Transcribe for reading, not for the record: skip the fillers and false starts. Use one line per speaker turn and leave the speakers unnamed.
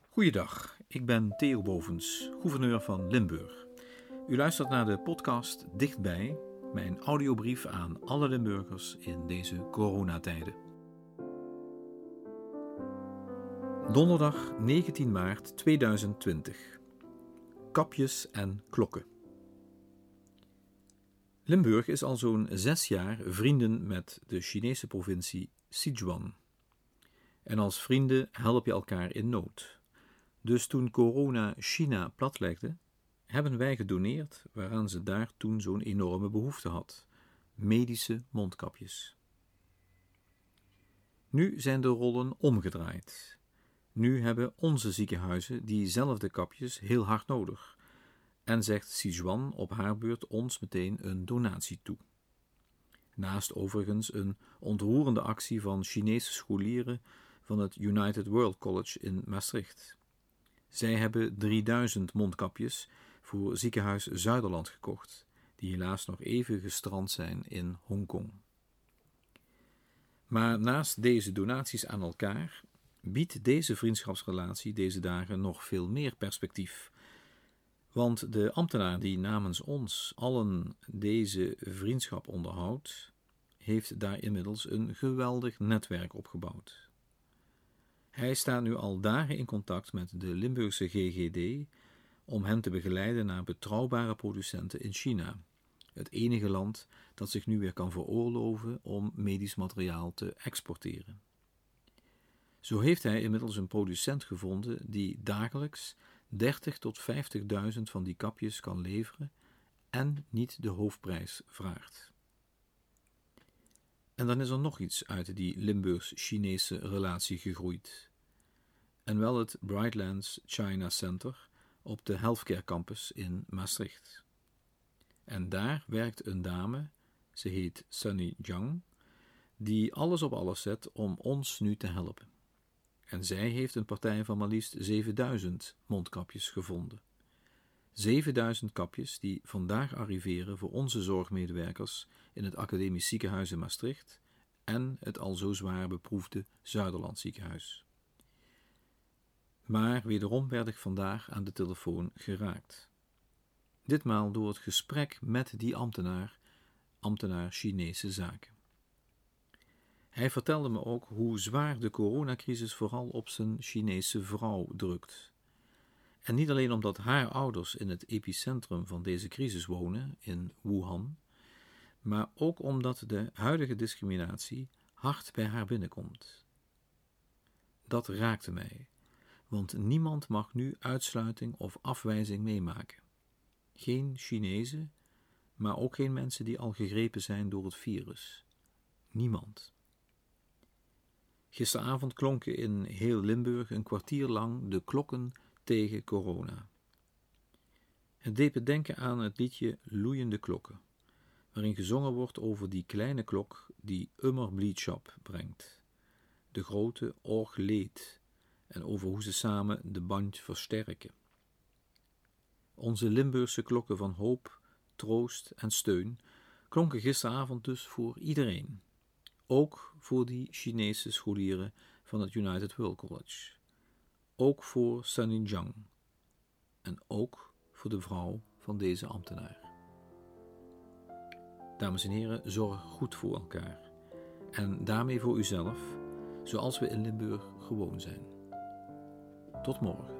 Goeiedag, ik ben Theo Bovens, gouverneur van Limburg. U luistert naar de podcast Dichtbij, mijn audiobrief aan alle Limburgers in deze coronatijden. Donderdag 19 maart 2020. Kapjes en klokken. Limburg is al zo'n 6 jaar vrienden met de Chinese provincie Sichuan. En als vrienden help je elkaar in nood. Dus toen corona China platlegde, hebben wij gedoneerd waaraan ze daar toen zo'n enorme behoefte had: medische mondkapjes. Nu zijn de rollen omgedraaid. Nu hebben onze ziekenhuizen diezelfde kapjes heel hard nodig en zegt Sichuan op haar beurt ons meteen een donatie toe. Naast overigens een ontroerende actie van Chinese scholieren van het United World College in Maastricht. Zij hebben 3000 mondkapjes voor ziekenhuis Zuiderland gekocht, die helaas nog even gestrand zijn in Hongkong. Maar naast deze donaties aan elkaar biedt deze vriendschapsrelatie deze dagen nog veel meer perspectief. Want de ambtenaar die namens ons allen deze vriendschap onderhoudt, heeft daar inmiddels een geweldig netwerk opgebouwd. Hij staat nu al dagen in contact met de Limburgse GGD om hen te begeleiden naar betrouwbare producenten in China, het enige land dat zich nu weer kan veroorloven om medisch materiaal te exporteren. Zo heeft hij inmiddels een producent gevonden die dagelijks 30.000 tot 50.000 van die kapjes kan leveren en niet de hoofdprijs vraagt. En dan is er nog iets uit die Limburgs-Chinese relatie gegroeid. En wel het Brightlands China Center op de Healthcare Campus in Maastricht. En daar werkt een dame, ze heet Sunny Zhang, die alles op alles zet om ons nu te helpen. En zij heeft een partij van maar liefst 7000 mondkapjes gevonden. 7000 kapjes die vandaag arriveren voor onze zorgmedewerkers in het Academisch Ziekenhuis in Maastricht en het al zo zwaar beproefde Zuiderland ziekenhuis. Maar wederom werd ik vandaag aan de telefoon geraakt. Ditmaal door het gesprek met die ambtenaar Chinese zaken. Hij vertelde me ook hoe zwaar de coronacrisis vooral op zijn Chinese vrouw drukt. En niet alleen omdat haar ouders in het epicentrum van deze crisis wonen, in Wuhan, maar ook omdat de huidige discriminatie hard bij haar binnenkomt. Dat raakte mij, want niemand mag nu uitsluiting of afwijzing meemaken. Geen Chinezen, maar ook geen mensen die al gegrepen zijn door het virus. Niemand. Gisteravond klonken in heel Limburg een kwartier lang de klokken tegen corona. Het deed me denken aan het liedje Loeiende Klokken, waarin gezongen wordt over die kleine klok die immer blijdschap brengt, de grote org leed en over hoe ze samen de band versterken. Onze Limburgse klokken van hoop, troost en steun klonken gisteravond dus voor iedereen, ook voor die Chinese scholieren van het United World College, ook voor Sunny Zhang en ook voor de vrouw van deze ambtenaar. Dames en heren, zorg goed voor elkaar en daarmee voor uzelf, zoals we in Limburg gewoon zijn. Tot morgen.